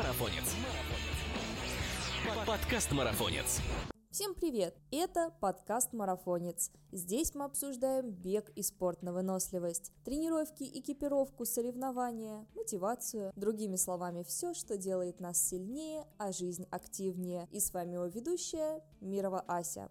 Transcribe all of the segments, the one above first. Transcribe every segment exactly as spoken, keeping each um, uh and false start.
Марафонец. Подкаст Марафонец. Всем привет! Это подкаст «Марафонец». Здесь мы обсуждаем бег и спорт на выносливость, тренировки, экипировку, соревнования, мотивацию. Другими словами, все, что делает нас сильнее, а жизнь активнее. И с вами его ведущая Мирова Ася.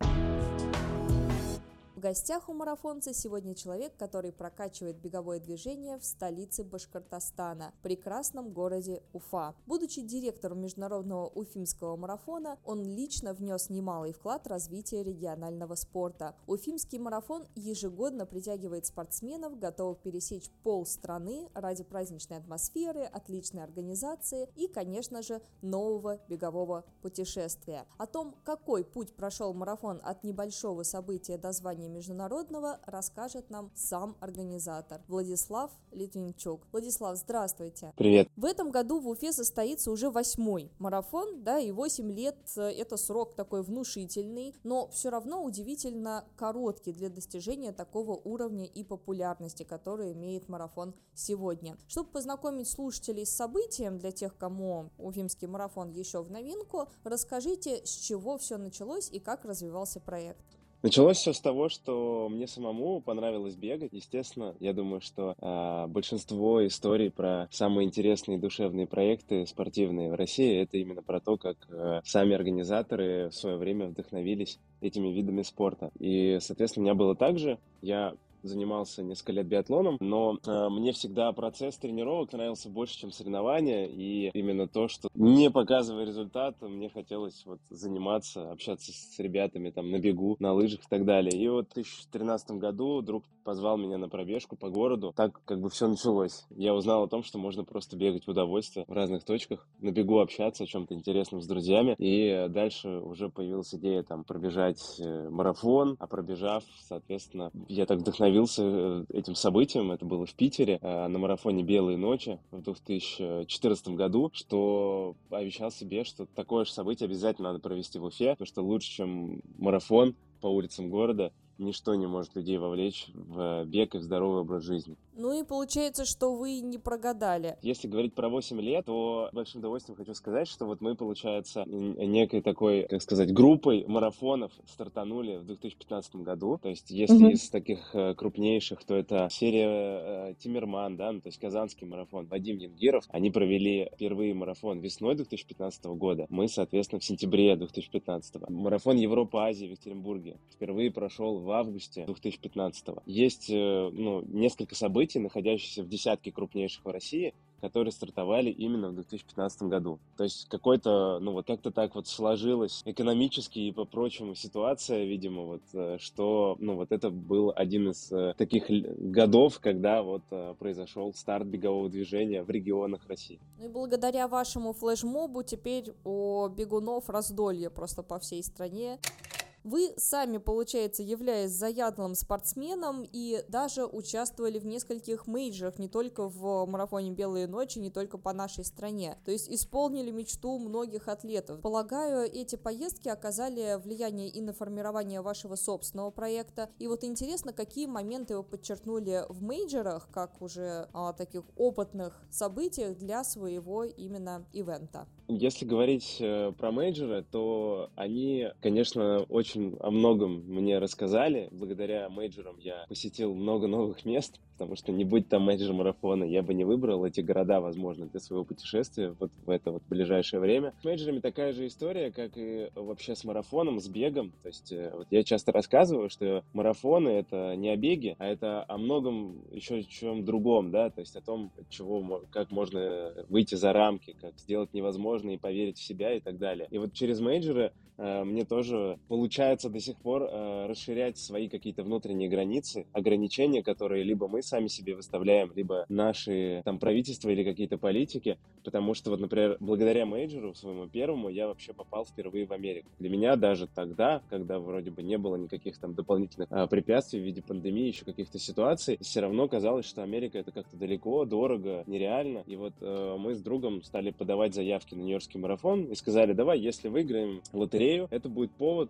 В гостях у марафонца сегодня человек, который прокачивает беговое движение в столице Башкортостана, прекрасном городе Уфа. Будучи директором международного уфимского марафона, он лично внес немалый вклад в развитие регионального спорта. Уфимский марафон ежегодно притягивает спортсменов, готовых пересечь полстраны ради праздничной атмосферы, отличной организации и, конечно же, нового бегового путешествия. О том, какой путь прошел марафон от небольшого события до звания международного, расскажет нам сам организатор Владислав Литвинчук. Владислав, здравствуйте. Привет. В этом году в Уфе состоится уже восьмой марафон, да, и восемь лет это срок такой внушительный, но все равно удивительно короткий для достижения такого уровня и популярности, который имеет марафон сегодня. Чтобы познакомить слушателей с событием, для тех, кому уфимский марафон еще в новинку, расскажите, с чего все началось и как развивался проект. Началось все с того, что мне самому понравилось бегать. Естественно, я думаю, что э, большинство историй про самые интересные и душевные проекты спортивные в России — это именно про то, как э, сами организаторы в свое время вдохновились этими видами спорта. И, соответственно, у меня было так же. Я занимался несколько лет биатлоном, но э, мне всегда процесс тренировок нравился больше, чем соревнования, и именно то, что, не показывая результат, мне хотелось вот заниматься, общаться с ребятами там на бегу, на лыжах и так далее. И вот в две тысячи тринадцатом году друг позвал меня на пробежку по городу. Так как бы все началось. Я узнал о том, что можно просто бегать в удовольствие в разных точках, на бегу общаться о чем-то интересном с друзьями, и дальше уже появилась идея там пробежать марафон, а пробежав, соответственно, я так вдохновился этим событием. Это было в Питере на марафоне «Белые ночи» в две тысячи четырнадцатом году, что обещал себе, что такое же событие обязательно надо провести в Уфе, потому что лучше, чем марафон по улицам города, ничто не может людей вовлечь в бег и в здоровый образ жизни. Ну и получается, что вы не прогадали. Если говорить про восемь лет, то с большим удовольствием хочу сказать, что вот мы, получается, некой такой, как сказать, группой марафонов стартанули в две тысячи пятнадцатом году. То есть если mm-hmm. из таких крупнейших, то это серия Тиммерман, да, ну, то есть Казанский марафон, Вадим Янгиров. Они провели впервые марафон весной две тысячи пятнадцатого года. Мы, соответственно, в сентябре две тысячи пятнадцатого. Марафон Европа-Азия в Екатеринбурге впервые прошел в августе две тысячи пятнадцатого. Есть ну, несколько событий, находящихся в десятке крупнейших в России, которые стартовали именно в две тысячи пятнадцатом году. То есть какой-то, ну вот как-то так вот сложилась экономически и по-прочему ситуация, видимо, вот, что, ну вот это был один из таких годов, когда вот произошел старт бегового движения в регионах России. Ну и благодаря вашему флешмобу теперь у бегунов раздолье просто по всей стране. Вы сами, получается, являясь заядлым спортсменом и даже участвовали в нескольких мейджерах, не только в марафоне «Белые ночи», не только по нашей стране. То есть исполнили мечту многих атлетов. Полагаю, эти поездки оказали влияние и на формирование вашего собственного проекта. И вот интересно, какие моменты вы подчеркнули в мейджерах, как уже о таких опытных событиях для своего именно ивента. Если говорить э, про мейджоры, то они, конечно, очень о многом мне рассказали. Благодаря мейджорам я посетил много новых мест, потому что не будь там мейджор-марафона, я бы не выбрал эти города, возможно, для своего путешествия вот в это вот ближайшее время. С мейджорами такая же история, как и вообще с марафоном, с бегом. То есть э, вот я часто рассказываю, что марафоны — это не о беге, а это о многом еще чем другом, да, то есть о том, чего, как можно выйти за рамки, как сделать невозможное и поверить в себя и так далее. И вот через мейджоры э, мне тоже получается до сих пор э, расширять свои какие-то внутренние границы, ограничения, которые либо мы сами себе выставляем, либо наши там правительства или какие-то политики, потому что вот, например, благодаря мейджору своему первому я вообще попал впервые в Америку. Для меня даже тогда, когда вроде бы не было никаких там дополнительных э, препятствий в виде пандемии, еще каких-то ситуаций, все равно казалось, что Америка — это как-то далеко, дорого, нереально. И вот э, мы с другом стали подавать заявки на Нью-Йоркский марафон и сказали: давай, если выиграем лотерею, это будет повод решить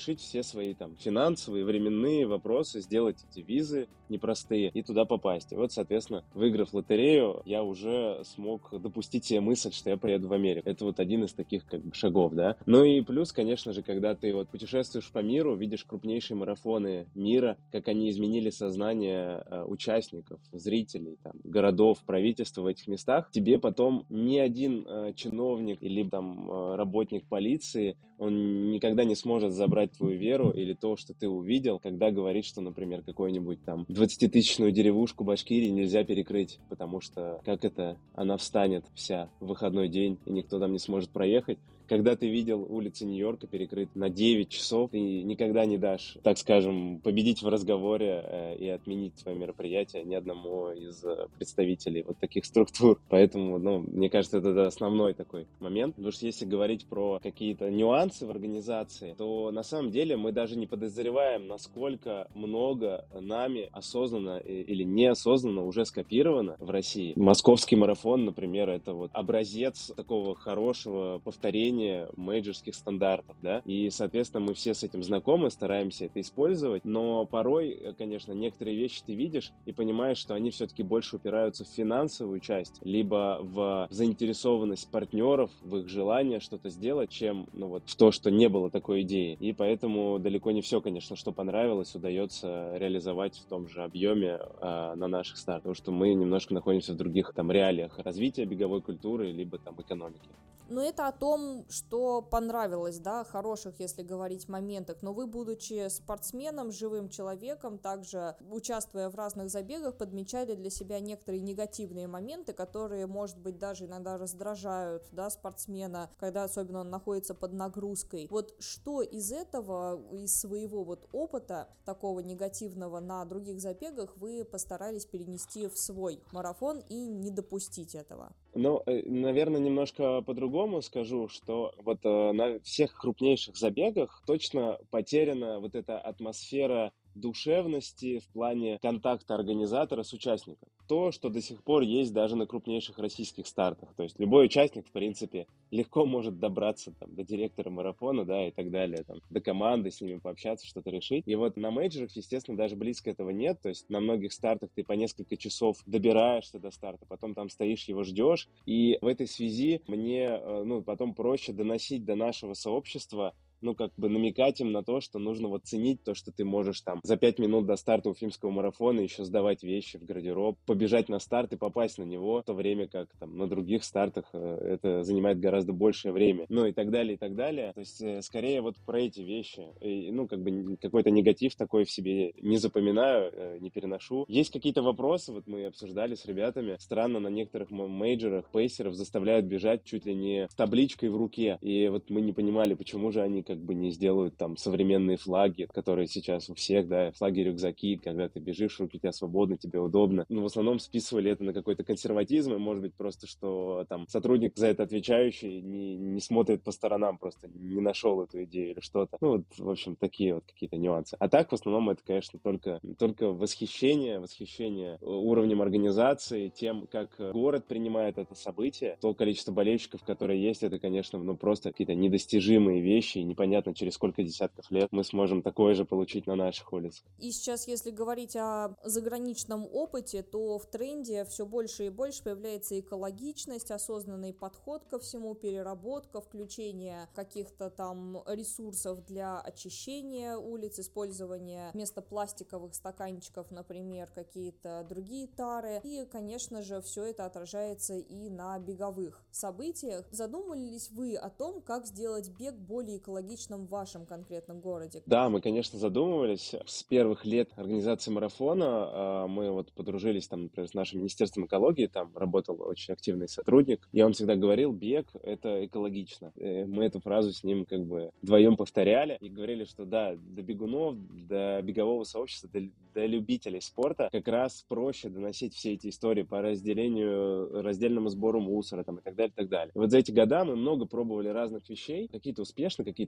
решить все свои там финансовые, временные вопросы, сделать эти визы непростые и туда попасть. И вот, соответственно, выиграв лотерею, я уже смог допустить себе мысль, что я приеду в Америку. Это вот один из таких как бы шагов, да. Ну и плюс, конечно же, когда ты вот путешествуешь по миру, видишь крупнейшие марафоны мира, как они изменили сознание э, участников, зрителей, там, городов, правительства в этих местах, тебе потом ни один э, чиновник или там э, работник полиции, он никогда не сможет забрать твою веру или то, что ты увидел, когда говорит, что, например, какой-нибудь там двадцатитысячную деревушку Башкирии нельзя перекрыть, потому что как это она встанет вся в выходной день, и никто там не сможет проехать. Когда ты видел улицы Нью-Йорка перекрыты на девять часов, ты никогда не дашь, так скажем, победить в разговоре э, и отменить твое мероприятие ни одному из э, представителей вот таких структур. Поэтому, ну, мне кажется, это основной такой момент. Потому что если говорить про какие-то нюансы в организации, то на самом деле мы даже не подозреваем, насколько много нами осознанно или неосознанно уже скопировано в России. Московский марафон, например, это вот образец такого хорошего повторения мейджорских стандартов, да, и, соответственно, мы все с этим знакомы, стараемся это использовать, но порой, конечно, некоторые вещи ты видишь и понимаешь, что они все-таки больше упираются в финансовую часть, либо в заинтересованность партнеров, в их желание что-то сделать, чем, ну, вот, в то, что не было такой идеи, и поэтому далеко не все, конечно, что понравилось, удается реализовать в том же объеме э, на наших стартах, потому что мы немножко находимся в других там реалиях развития беговой культуры, либо там экономики. Но это о том, что понравилось, да, хороших, если говорить, моментах. Но вы, будучи спортсменом, живым человеком, также участвуя в разных забегах, подмечали для себя некоторые негативные моменты, которые, может быть, даже иногда раздражают, да, спортсмена, когда особенно он находится под нагрузкой. Вот что из этого, из своего вот опыта такого негативного на других забегах вы постарались перенести в свой марафон и не допустить этого? Ну, наверное, немножко по-другому скажу, что вот э, на всех крупнейших забегах точно потеряна вот эта атмосфера душевности в плане контакта организатора с участником. То, что до сих пор есть даже на крупнейших российских стартах. То есть любой участник, в принципе, легко может добраться там, до директора марафона, да, и так далее, там, до команды, с ними пообщаться, что-то решить. И вот на мейджорах, естественно, даже близко этого нет. То есть на многих стартах ты по несколько часов добираешься до старта, потом там стоишь, его ждешь. И в этой связи мне, ну, потом проще доносить до нашего сообщества, ну, как бы намекать им на то, что нужно вот ценить то, что ты можешь там за пять минут до старта уфимского марафона еще сдавать вещи в гардероб, побежать на старт и попасть на него, в то время как там на других стартах это занимает гораздо большее время, ну и так далее, и так далее. То есть скорее вот про эти вещи. И, ну, как бы какой-то негатив такой в себе не запоминаю, не переношу. Есть какие-то вопросы, вот мы обсуждали с ребятами, странно, на некоторых мейджорах пейсеров заставляют бежать чуть ли не с табличкой в руке, и вот мы не понимали, почему же они как бы не сделают там современные флаги, которые сейчас у всех, да, флаги-рюкзаки, когда ты бежишь, руки у тебя свободны, тебе удобно. Но в основном списывали это на какой-то консерватизм, и может быть просто, что там сотрудник за это отвечающий не, не смотрит по сторонам, просто не нашел эту идею или что-то. Ну вот, в общем, такие вот какие-то нюансы. А так, в основном, это, конечно, только, только восхищение, восхищение уровнем организации, тем, как город принимает это событие, то количество болельщиков, которые есть, это, конечно, ну просто какие-то недостижимые вещи, и непонятно, через сколько десятков лет мы сможем такое же получить на наших улицах. И сейчас, если говорить о заграничном опыте, то в тренде все больше и больше появляется экологичность, осознанный подход ко всему, переработка, включение каких-то там ресурсов для очищения улиц, использование вместо пластиковых стаканчиков, например, какие-то другие тары. И, конечно же, все это отражается и на беговых событиях. Задумывались вы о том, как сделать бег более экологичным в вашем конкретном городе? Да, мы, конечно, задумывались. С первых лет организации марафона мы вот подружились там, например, с нашим Министерством экологии, там работал очень активный сотрудник, и он всегда говорил, бег — это экологично. И мы эту фразу с ним как бы вдвоем повторяли и говорили, что да, до бегунов, до бегового сообщества, до, до любителей спорта как раз проще доносить все эти истории по разделению, раздельному сбору мусора там, и так далее, и так далее. И вот за эти года мы много пробовали разных вещей, какие-то успешно, какие-то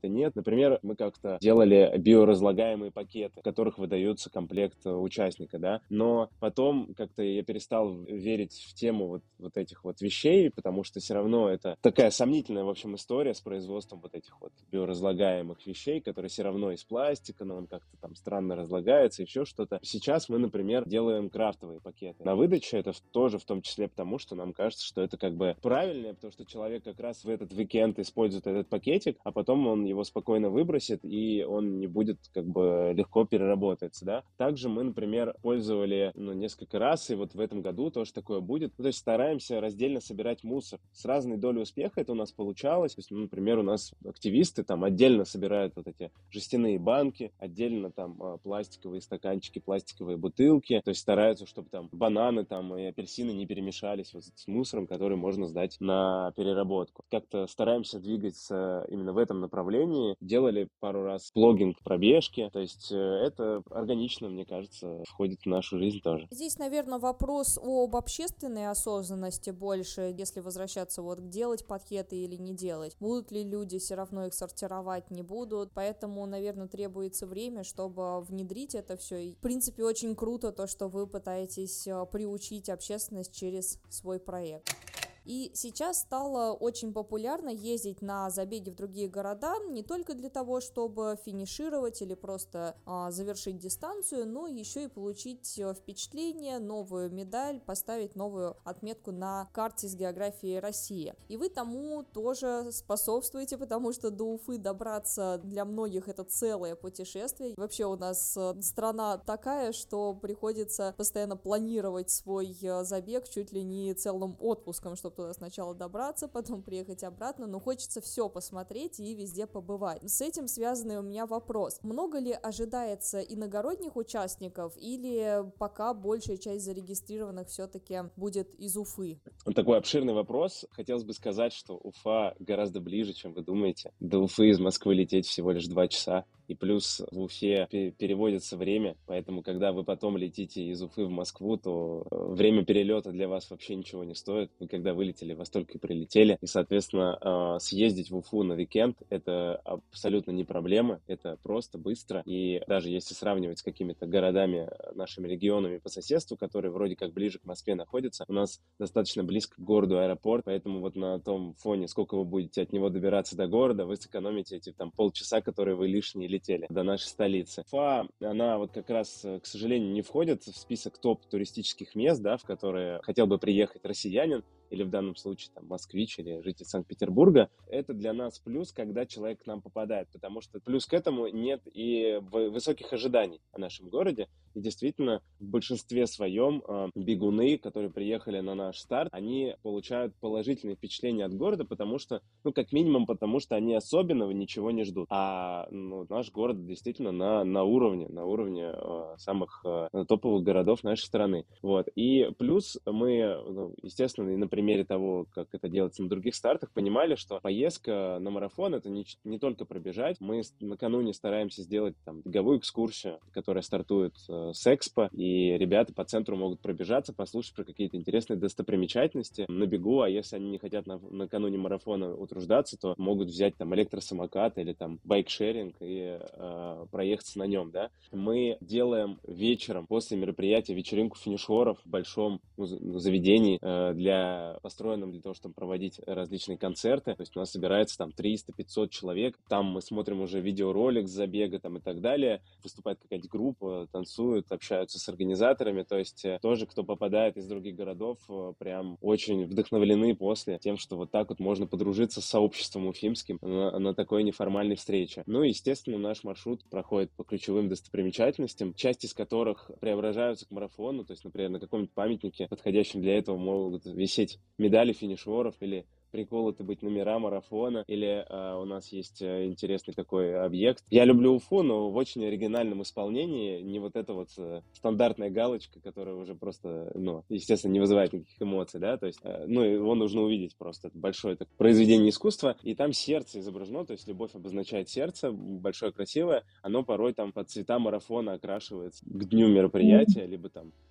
как-то нет. Например, мы как-то делали биоразлагаемые пакеты, в которых выдается комплект э, участника, да, но потом как-то я перестал верить в тему вот, вот этих вот вещей, потому что все равно это такая сомнительная, в общем, история с производством вот этих вот биоразлагаемых вещей, которые все равно из пластика, но он как-то там странно разлагается, еще что-то. Сейчас мы, например, делаем крафтовые пакеты. На выдаче это в- тоже в том числе потому, что нам кажется, что это как бы правильнее, потому что человек как раз в этот уикенд использует этот пакетик, а потом он его спокойно выбросит, и он не будет как бы легко переработаться, да. Также мы, например, пользовали, ну, несколько раз, и вот в этом году тоже такое будет. Ну, то есть стараемся раздельно собирать мусор. С разной долей успеха это у нас получалось. То есть, ну, например, у нас активисты там отдельно собирают вот эти жестяные банки, отдельно там а, пластиковые стаканчики, пластиковые бутылки. То есть стараются, чтобы там бананы там и апельсины не перемешались вот с мусором, который можно сдать на переработку. Как-то стараемся двигаться именно в этом направлении. Делали пару раз плогинг, пробежки. То есть э, это органично, мне кажется, входит в нашу жизнь тоже. Здесь, наверное, вопрос об общественной осознанности больше, если возвращаться вот к делать пакеты или не делать. Будут ли люди все равно их сортировать, не будут. Поэтому, наверное, требуется время, чтобы внедрить это все. И, в принципе, очень круто то, что вы пытаетесь э, приучить общественность через свой проект. И сейчас стало очень популярно ездить на забеги в другие города не только для того, чтобы финишировать или просто а, завершить дистанцию, но еще и получить а, впечатление, новую медаль, поставить новую отметку на карте с географией России. И вы тому тоже способствуете, потому что до Уфы добраться для многих это целое путешествие. Вообще у нас а, страна такая, что приходится постоянно планировать свой а, забег чуть ли не целым отпуском, чтобы туда сначала добраться, потом приехать обратно, но хочется все посмотреть и везде побывать. С этим связанный у меня вопрос. Много ли ожидается иногородних участников или пока большая часть зарегистрированных все-таки будет из Уфы? Вот такой обширный вопрос. Хотелось бы сказать, что Уфа гораздо ближе, чем вы думаете. До Уфы из Москвы лететь всего лишь два часа. И плюс в Уфе пе- переводится время, поэтому когда вы потом летите из Уфы в Москву, то э, время перелета для вас вообще ничего не стоит. Вы когда вылетели, во столько и прилетели. И, соответственно, э, съездить в Уфу на уикенд — это абсолютно не проблема, это просто быстро. И даже если сравнивать с какими-то городами, э, нашими регионами по соседству, которые вроде как ближе к Москве находятся, у нас достаточно близко к городу аэропорт, поэтому вот на том фоне, сколько вы будете от него добираться до города, вы сэкономите эти там полчаса, которые вы лишние летели до нашей столицы. Уфа, она вот как раз, к сожалению, не входит в список топ туристических мест, да, в которые хотел бы приехать россиянин, или в данном случае там москвич или житель Санкт-Петербурга. Это для нас плюс, когда человек к нам попадает, потому что плюс к этому нет и в- высоких ожиданий о нашем городе. И действительно, в большинстве своем э, бегуны, которые приехали на наш старт, они получают положительные впечатления от города, потому что, ну, как минимум, потому что они особенного ничего не ждут. А ну, наш город действительно на, на уровне, на уровне э, самых э, топовых городов нашей страны. Вот. И плюс мы, ну, естественно, и на примере того, как это делается на других стартах, понимали, что поездка на марафон — это не, ч- не только пробежать. Мы с- накануне стараемся сделать там беговую экскурсию, которая стартует э, с Экспо, и ребята по центру могут пробежаться, послушать про какие-то интересные достопримечательности на бегу, а если они не хотят на- накануне марафона утруждаться, то могут взять там электросамокат или там байкшеринг и э, проехаться на нем, да. Мы делаем вечером после мероприятия вечеринку финишеров в большом ну, за- ну, заведении э, для построенном для того, чтобы проводить различные концерты. То есть у нас собирается там триста-пятьсот человек. Там мы смотрим уже видеоролик с забега там и так далее. Выступает какая-нибудь группа, танцуют, общаются с организаторами. То есть э, тоже, кто попадает из других городов, э, прям очень вдохновлены после тем, что вот так вот можно подружиться с сообществом уфимским на, на такой неформальной встрече. Ну и, естественно, наш маршрут проходит по ключевым достопримечательностям, часть из которых преображаются к марафону. То есть, например, на каком-нибудь памятнике, подходящем для этого, могут висеть медали финишеров или приколоты быть номера марафона, или э, у нас есть э, интересный такой объект. Я люблю Уфу, но в очень оригинальном исполнении, не вот эта вот э, стандартная галочка, которая уже просто, ну, естественно, не вызывает никаких эмоций, да, то есть, э, ну, его нужно увидеть просто. Это большое так, произведение искусства, и там сердце изображено, то есть любовь обозначает сердце, большое, красивое, оно порой там под цвета марафона окрашивается к дню мероприятия, либо там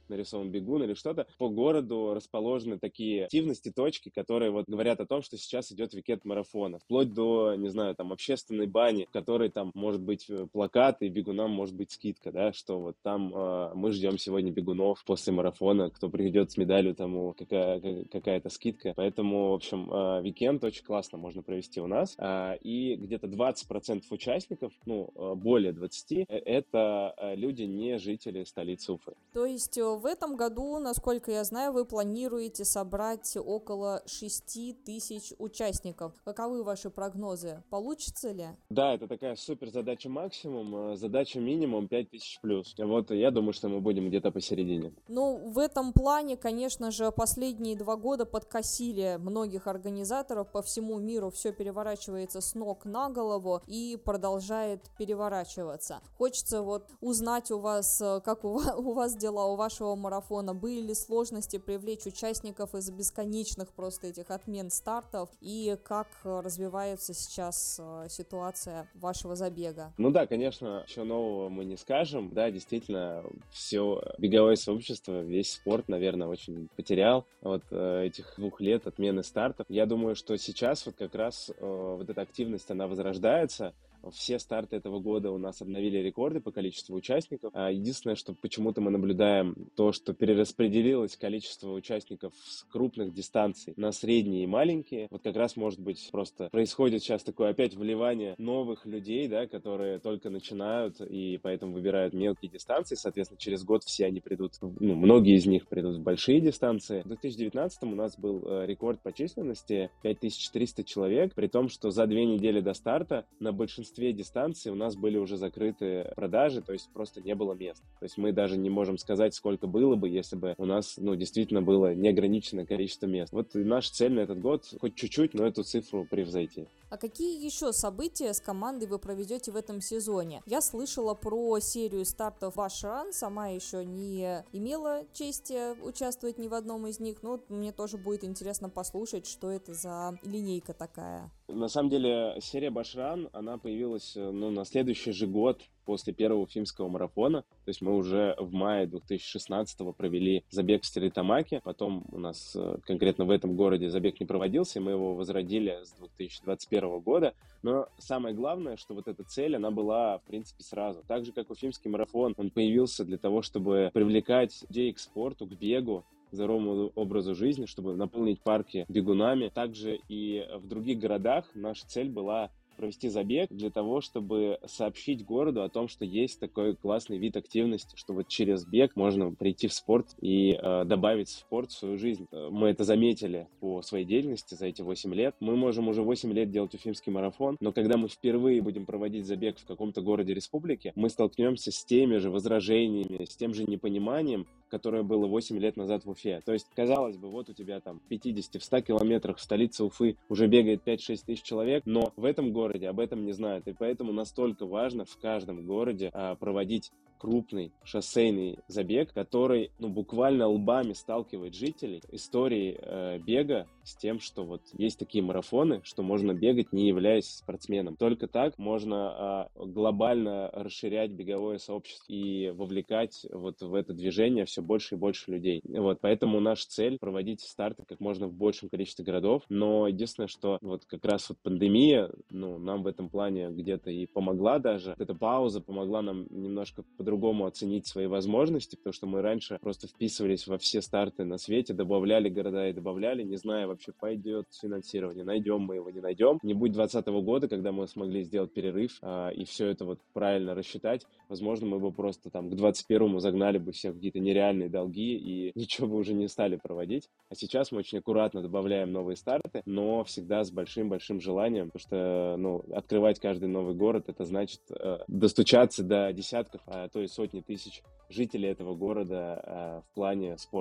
нарисован бегун или что-то. По городу расположены такие активности, точки, которые вот говорят о том, что сейчас идет уикенд марафона. Вплоть до, не знаю, там, общественной бани, в которой там может быть плакат, и бегунам может быть скидка, да, что вот там э, мы ждем сегодня бегунов после марафона, кто придет с медалью, тому какая, какая-то скидка. Поэтому, в общем, э, уикенд очень классно можно провести у нас. Э, и где-то двадцать процентов участников, ну, э, более двадцати, э, это э, люди, не жители столицы Уфы. То есть в этом году, насколько я знаю, вы планируете собрать около шести тысяч участников. Каковы ваши прогнозы? Получится ли? Да, это такая супер задача максимум, задача минимум пять тысяч плюс. Вот я думаю, что мы будем где-то посередине. Ну, в этом плане, конечно же, последние два года подкосили многих организаторов по всему миру. Все переворачивается с ног на голову и продолжает переворачиваться. Хочется вот узнать у вас, как у вас, у вас дела, у вашего марафона. Были ли сложности привлечь участников из бесконечных просто этих отмен стартов? И как развивается сейчас ситуация вашего забега? Ну да, конечно, еще нового мы не скажем. Да, действительно, все беговое сообщество, весь спорт, наверное, очень потерял от э, этих двух лет отмены стартов. Я думаю, что сейчас вот как раз э, вот эта активность, она возрождается. Все старты этого года у нас обновили рекорды по количеству участников. Единственное, что почему-то мы наблюдаем то, что перераспределилось количество участников с крупных дистанций на средние и маленькие. Вот как раз, может быть, просто происходит сейчас такое опять вливание новых людей, да, которые только начинают и поэтому выбирают мелкие дистанции. Соответственно, через год все они придут, ну, многие из них придут в большие дистанции. В две тысячи девятнадцатом у нас был рекорд по численности пять тысяч триста человек, при том, что за две недели до старта на большинстве дистанций у нас были уже закрыты продажи, то есть просто не было мест. То есть мы даже не можем сказать, сколько было бы, если бы у нас, ну, действительно было неограниченное количество мест. Вот и наша цель на этот год хоть чуть-чуть, но эту цифру превзойти. А какие еще события с командой вы проведете в этом сезоне? Я слышала про серию стартов Ваш Ран, сама еще не имела чести участвовать ни в одном из них, но мне тоже будет интересно послушать, что это за линейка такая. На самом деле, серия Башран, она появилась, ну, на следующий же год после первого уфимского марафона. То есть мы уже в мае две тысячи шестнадцатого провели забег в Стерлитамаке. Потом у нас конкретно в этом городе забег не проводился, и мы его возродили с две тысячи двадцать первого года. Но самое главное, что вот эта цель, она была, в принципе, сразу. Так же, как уфимский марафон, он появился для того, чтобы привлекать людей к спорту, к бегу, к здоровому образу жизни, чтобы наполнить парки бегунами. Также и в других городах наша цель была провести забег для того, чтобы сообщить городу о том, что есть такой классный вид активности, что вот через бег можно прийти в спорт и э, добавить спорт в свою жизнь. Мы это заметили по своей деятельности за эти восемь лет. Мы можем уже восемь лет делать уфимский марафон, но когда мы впервые будем проводить забег в каком-то городе республики, мы столкнемся с теми же возражениями, с тем же непониманием, которое было восемь лет назад в Уфе. То есть, казалось бы, вот у тебя там в пятидесяти, в ста километрах в столице Уфы уже бегает пять-шесть тысяч человек, но в этом городе об этом не знают. И поэтому настолько важно в каждом городе а, проводить крупный шоссейный забег, который, ну, буквально лбами сталкивает жителей историей э, бега с тем, что вот есть такие марафоны, что можно бегать, не являясь спортсменом. Только так можно э, глобально расширять беговое сообщество и вовлекать вот в это движение все больше и больше людей. Вот, поэтому наша цель — проводить старты как можно в большем количестве городов. Но единственное, что вот как раз вот пандемия, ну, нам в этом плане где-то и помогла даже. Вот эта пауза помогла нам немножко по-другому оценить свои возможности, потому что мы раньше просто вписывались во все старты на свете, добавляли города и добавляли, не зная вообще, пойдет финансирование, найдем мы его, не найдем. Не будет двадцатого года, когда мы смогли сделать перерыв а, и все это вот правильно рассчитать, возможно, мы бы просто там к двадцать первому загнали бы все какие-то нереальные долги и ничего бы уже не стали проводить. А сейчас мы очень аккуратно добавляем новые старты, но всегда с большим-большим желанием, потому что, ну, открывать каждый новый город, это значит э, достучаться до десятков, а то и сотни тысяч жителей этого города э, в плане спорта.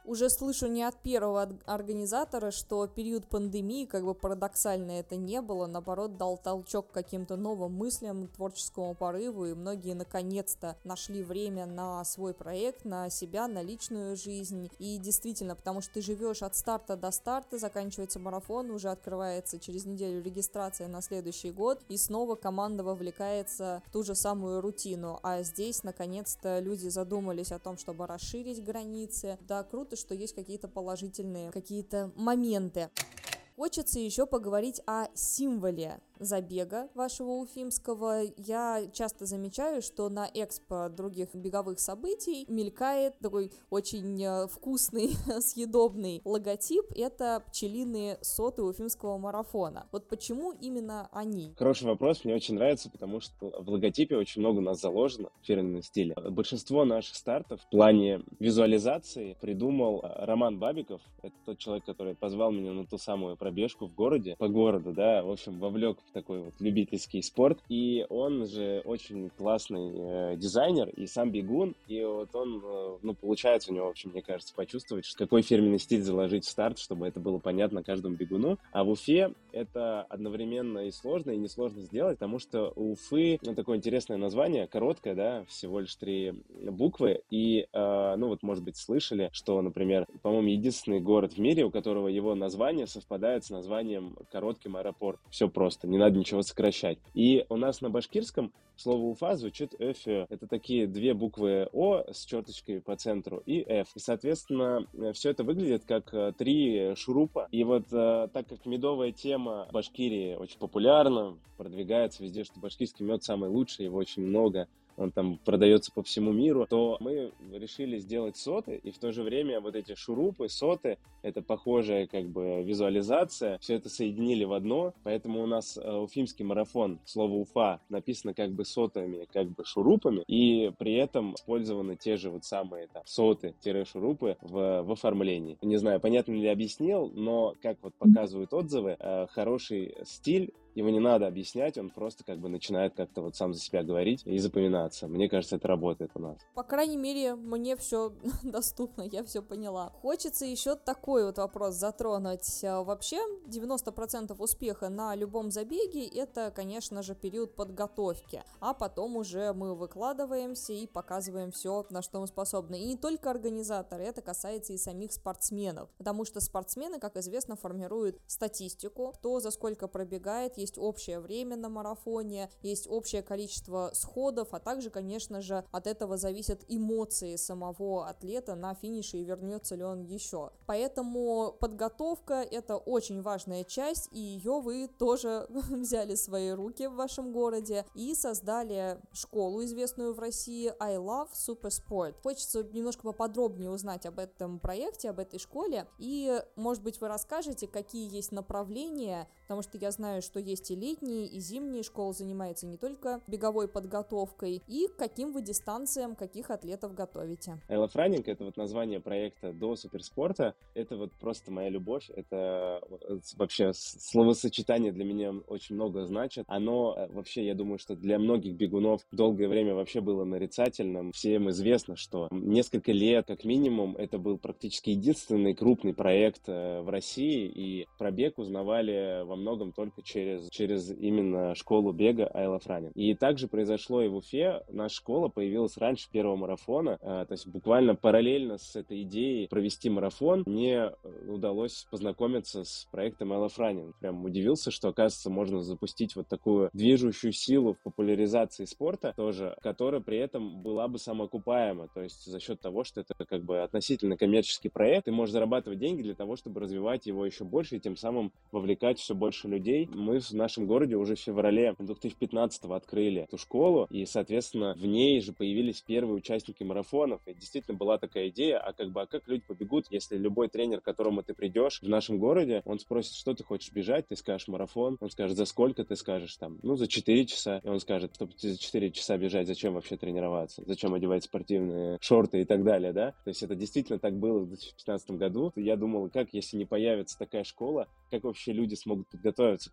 уже слышу не от первого от- организатора, что период пандемии, как бы парадоксально это не было, наоборот, дал толчок каким-то новым мыслям, творческому порыву, и многие наконец-то нашли время на свой проект, на себя, на личную жизнь. И действительно, потому что ты живешь от старта до старта, заканчивается марафон, уже открывается через неделю регистрация на следующий год, и снова команда вовлекается в ту же самую рутину. А здесь, наконец-то, люди задумались о том, чтобы расширить границы. Да, круто, что есть какие-то положительные какие-то моменты. Хочется еще поговорить о символе забега вашего уфимского. Я часто замечаю, что на экспо других беговых событий мелькает такой очень э, вкусный, съедобный логотип. Это пчелиные соты уфимского марафона. Вот почему именно они? Хороший вопрос, мне очень нравится, потому что в логотипе очень много у нас заложено в фирменном стиле. Большинство наших стартов в плане визуализации придумал Роман Бабиков. Это тот человек, который позвал меня на ту самую пробежку в городе, по городу, да, в общем, вовлек в такой вот любительский спорт. И он же очень классный э, дизайнер и сам бегун. И вот он, э, ну, получается у него, в общем, мне кажется, почувствовать, что какой фирменный стиль заложить в старт, чтобы это было понятно каждому бегуну. А в Уфе это одновременно и сложно, и несложно сделать, потому что у Уфы, ну, такое интересное название, короткое, да, всего лишь три буквы. И, э, ну, вот, может быть, слышали, что, например, по-моему, единственный город в мире, у которого его название совпадает с названием коротким аэропорт. Все просто, не надо ничего сокращать. И у нас на башкирском слово Уфа звучит Эфе. Это такие две буквы О с черточкой по центру и Ф. И, соответственно, все это выглядит как три шурупа. И вот так как медовая тема в Башкирии очень популярна, продвигается везде, что башкирский мед самый лучший, его очень много, он там продается по всему миру, то мы решили сделать соты, и в то же время вот эти шурупы, соты, это похожая как бы визуализация, все это соединили в одно, поэтому у нас э, уфимский марафон, слово Уфа написано как бы сотами, как бы шурупами, и при этом использованы те же вот самые там соты-шурупы в, в оформлении. Не знаю, понятно ли объяснил, но как вот показывают отзывы, э, хороший стиль, его не надо объяснять, он просто как бы начинает как-то вот сам за себя говорить и запоминаться. Мне кажется, это работает у нас. По крайней мере, мне все доступно, я все поняла. Хочется еще такой вот вопрос затронуть. Вообще, девяносто процентов успеха на любом забеге — это, конечно же, период подготовки. А потом уже мы выкладываемся и показываем все, на что мы способны. И не только организаторы, это касается и самих спортсменов. Потому что спортсмены, как известно, формируют статистику, кто за сколько пробегает, есть общее время на марафоне, есть общее количество сходов, а также, конечно же, от этого зависят эмоции самого атлета на финише и вернется ли он еще. Поэтому подготовка — это очень важная часть, и ее вы тоже взяли в свои руки в вашем городе и создали школу, известную в России, I Love Super Sport. Хочется немножко поподробнее узнать об этом проекте, об этой школе, и, может быть, вы расскажете, какие есть направления, потому что я знаю, что есть и летние, и зимние. Школа занимается не только беговой подготовкой, и к каким вы дистанциям, каких атлетов готовите. I Love Running — это вот название проекта до суперспорта. Это вот просто моя любовь. Это вообще словосочетание для меня очень много значит. Оно вообще, я думаю, что для многих бегунов долгое время вообще было нарицательным. Всем известно, что несколько лет, как минимум, это был практически единственный крупный проект в России, и про бег узнавали во многом только через, через именно школу бега I Love Running. И также произошло и в Уфе. Наша школа появилась раньше первого марафона, то есть буквально параллельно с этой идеей провести марафон мне удалось познакомиться с проектом I Love Running. Прям удивился, что, оказывается, можно запустить вот такую движущую силу в популяризации спорта тоже, которая при этом была бы самоокупаема, то есть за счет того, что это как бы относительно коммерческий проект, ты можешь зарабатывать деньги для того, чтобы развивать его еще больше и тем самым вовлекать все больше людей. Мы в нашем городе уже в феврале две тысячи пятнадцатого открыли эту школу, и, соответственно, в ней же появились первые участники марафонов, и действительно была такая идея, а как бы, а как люди побегут, если любой тренер, к которому ты придешь в нашем городе, он спросит, что ты хочешь бежать, ты скажешь марафон, он скажет, за сколько, ты скажешь там, ну, за четыре часа, и он скажет, чтобы за четыре часа бежать, зачем вообще тренироваться, зачем одевать спортивные шорты и так далее, да, то есть это действительно так было в две тысячи пятнадцатом году, я думал, как, если не появится такая школа, как вообще люди смогут подготовиться, кто им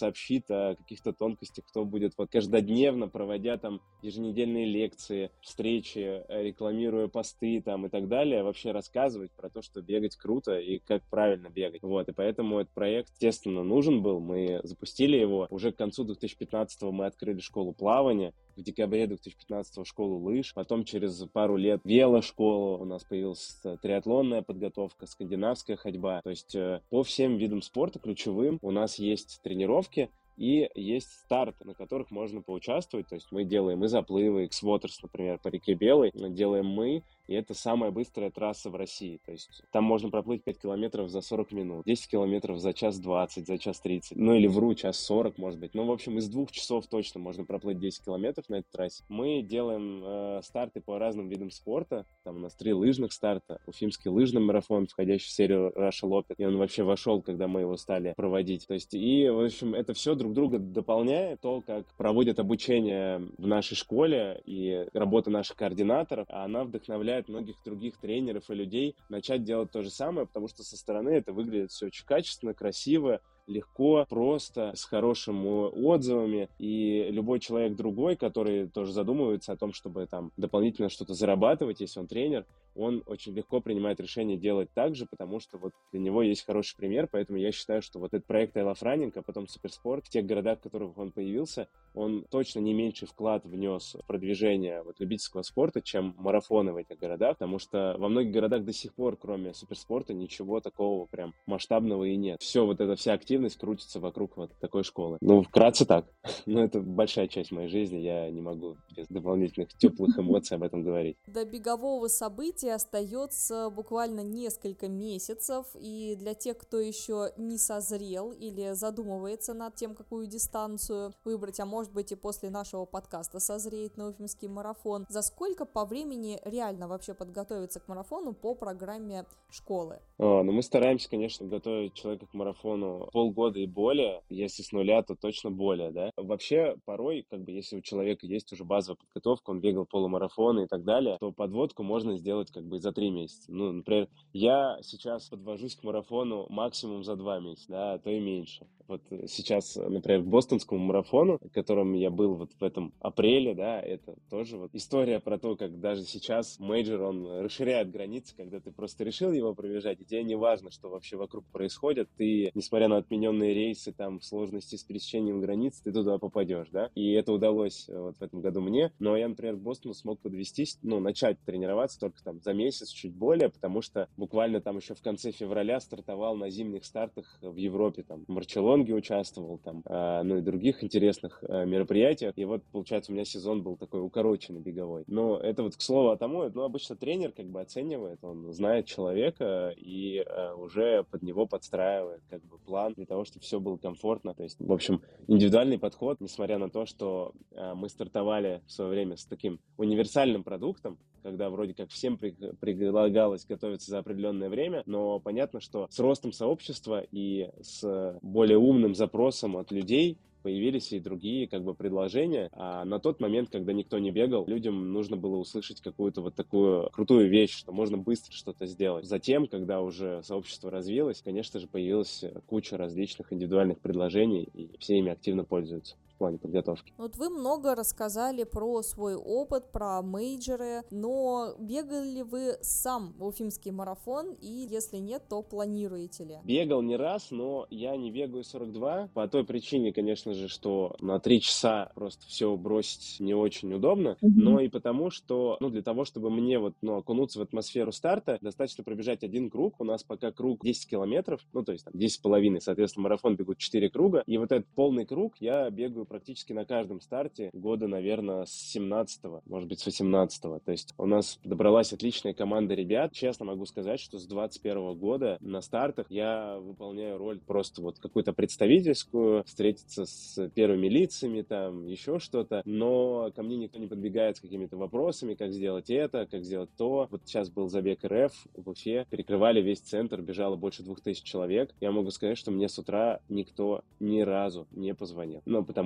сообщит о каких-то тонкостях, кто будет вот каждодневно, проводя там еженедельные лекции, встречи, рекламируя посты там и так далее, вообще рассказывать про то, что бегать круто и как правильно бегать. Вот, и поэтому этот проект, естественно, нужен был. Мы запустили его. Уже к концу две тысячи пятнадцатого мы открыли школу плавания, в декабре две тысячи пятнадцатого школу лыж, потом через пару лет велошкола, у нас появилась триатлонная подготовка, скандинавская ходьба. То есть по всем видам спорта ключевым у нас есть тренировки, и есть старты, на которых можно поучаствовать. То есть мы делаем и заплывы, X-Waters, например, по реке Белой, делаем мы, и это самая быстрая трасса в России. То есть там можно проплыть пять километров за сорок минут, десять километров за час двадцать, за час тридцать, ну или вру, час сорок, может быть. Ну, в общем, из двух часов точно можно проплыть десять километров на этой трассе. Мы делаем э, старты по разным видам спорта. Там у нас три лыжных старта, Уфимский лыжный марафон, входящий в серию Russia Lopet, и он вообще вошел, когда мы его стали проводить. То есть, и, в общем, это все друг друга дополняет. То, как проводят обучение в нашей школе и работа наших координаторов, она вдохновляет многих других тренеров и людей начать делать то же самое, потому что со стороны это выглядит все очень качественно, красиво, легко, просто, с хорошими отзывами, и любой человек другой, который тоже задумывается о том, чтобы там дополнительно что-то зарабатывать, если он тренер, он очень легко принимает решение делать так же, потому что вот для него есть хороший пример, поэтому я считаю, что вот этот проект I Love Running, а потом Суперспорт, в тех городах, в которых он появился, он точно не меньший вклад внес в продвижение вот любительского спорта, чем марафоны в этих городах, потому что во многих городах до сих пор, кроме Суперспорта, ничего такого прям масштабного и нет. Все, вот эта вся активность крутится вокруг вот такой школы. Ну, вкратце так. Но это большая часть моей жизни, я не могу без дополнительных теплых эмоций об этом говорить. До бегового события остается буквально несколько месяцев, и для тех, кто еще не созрел или задумывается над тем, какую дистанцию выбрать, а может быть и после нашего подкаста созреет на Уфимский марафон, за сколько по времени реально вообще подготовиться к марафону по программе школы? О, ну мы стараемся, конечно, готовить человека к марафону полгода и более, если с нуля, то точно более, да. Вообще, порой, как бы, если у человека есть уже базовая подготовка, он бегал полумарафоны и так далее, то подводку можно сделать как бы за три месяца. Ну, например, я сейчас подвожусь к марафону максимум за два месяца, да, а то и меньше. Вот сейчас, например, к бостонскому марафону, в котором я был вот в этом апреле, да, это тоже вот история про то, как даже сейчас мейджор, он расширяет границы, когда ты просто решил его пробежать, и тебе не важно, что вообще вокруг происходит, ты, несмотря на отмененные рейсы, там, сложности с пересечением границ, ты туда попадешь, да, и это удалось вот в этом году мне, но я, например, к Бостону смог подвестись, ну, начать тренироваться только там за месяц, чуть более, потому что буквально там еще в конце февраля стартовал на зимних стартах в Европе, там, в Марчеллонге участвовал, там, э, ну, и других интересных э, мероприятиях, и вот, получается, у меня сезон был такой укороченный беговой, но это вот, к слову, о тому, ну, обычно тренер как бы оценивает, он знает человека и э, уже под него подстраивает как бы план для того, чтобы все было комфортно, то есть, в общем, индивидуальный подход, несмотря на то, что э, мы стартовали в свое время с таким универсальным продуктом, когда вроде как всем при, предлагалось готовиться за определенное время, но понятно, что с ростом сообщества и с более умным запросом от людей появились и другие как бы предложения, а на тот момент, когда никто не бегал, людям нужно было услышать какую-то вот такую крутую вещь, что можно быстро что-то сделать. Затем, когда уже сообщество развилось, конечно же, появилась куча различных индивидуальных предложений, и все ими активно пользуются в плане подготовки. Вот вы много рассказали про свой опыт, про мейджоры, но бегали ли вы сам в Уфимский марафон, и если нет, то планируете ли? Бегал не раз, но я не бегаю сорок два, по той причине, конечно же, что на три часа просто все бросить не очень удобно, mm-hmm. но и потому, что, ну, для того, чтобы мне вот, ну, окунуться в атмосферу старта, достаточно пробежать один круг, у нас пока круг десять километров, ну, то есть там десять с половиной, соответственно, марафон бегут четыре круга, и вот этот полный круг я бегаю практически на каждом старте года, наверное, с семнадцатого, может быть, с восемнадцатого. То есть у нас добралась отличная команда ребят. Честно могу сказать, что с двадцать первого года на стартах я выполняю роль просто вот какую-то представительскую, встретиться с первыми лицами, там, еще что-то, но ко мне никто не подбегает с какими-то вопросами, как сделать это, как сделать то. Вот сейчас был забег эр эф в Уфе, перекрывали весь центр, бежало больше двух тысяч человек. Я могу сказать, что мне с утра никто ни разу не позвонил. Ну, потому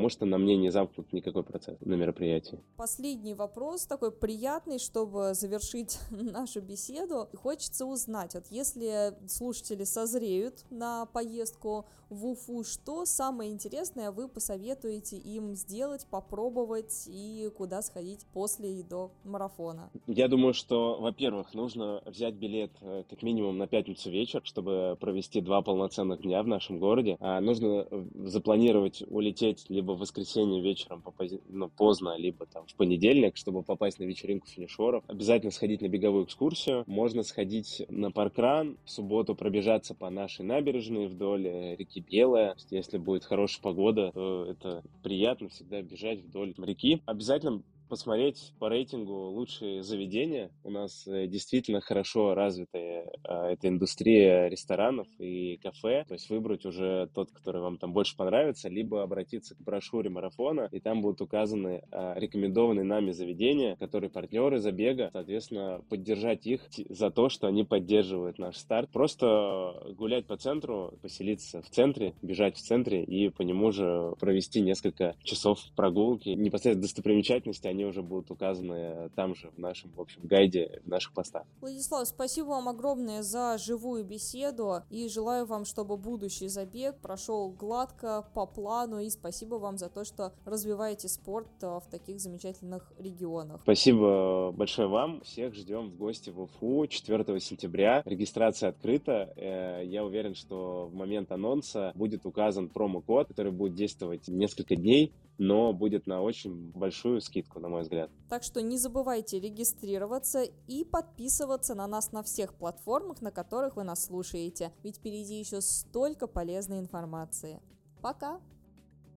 потому что на мне не замкнут никакой процесс на мероприятии. Последний вопрос, такой приятный, чтобы завершить нашу беседу. Хочется узнать, вот если слушатели созреют на поездку в Уфу, что самое интересное вы посоветуете им сделать, попробовать и куда сходить после и до марафона? Я думаю, что, во-первых, нужно взять билет э, как минимум на пятницу вечер, чтобы провести два полноценных дня в нашем городе. А нужно э, запланировать улететь либо в воскресенье вечером попози- ну, поздно, либо там в понедельник, чтобы попасть на вечеринку финишеров. Обязательно сходить на беговую экскурсию. Можно сходить на паркран, в субботу пробежаться по нашей набережной вдоль э, реки Белая. Если будет хорошая погода, то это приятно всегда бежать вдоль реки. Обязательно посмотреть по рейтингу лучшие заведения. У нас э, действительно хорошо развитая э, эта индустрия ресторанов и кафе. То есть выбрать уже тот, который вам там больше понравится, либо обратиться к брошюре марафона, и там будут указаны э, рекомендованные нами заведения, которые партнеры забега. Соответственно, поддержать их за то, что они поддерживают наш старт. Просто гулять по центру, поселиться в центре, бежать в центре и по нему же провести несколько часов прогулки. Непосредственно достопримечательности, они уже будут указаны там же, в нашем, в общем, гайде, в наших постах. Владислав, спасибо вам огромное за живую беседу и желаю вам, чтобы будущий забег прошел гладко, по плану, и спасибо вам за то, что развиваете спорт в таких замечательных регионах. Спасибо большое вам. Всех ждем в гости в Уфу четвёртого сентября. Регистрация открыта. Я уверен, что в момент анонса будет указан промокод, который будет действовать несколько дней, но будет на очень большую скидку, на мой взгляд. Так что не забывайте регистрироваться и подписываться на нас на всех платформах, на которых вы нас слушаете, ведь впереди еще столько полезной информации. Пока!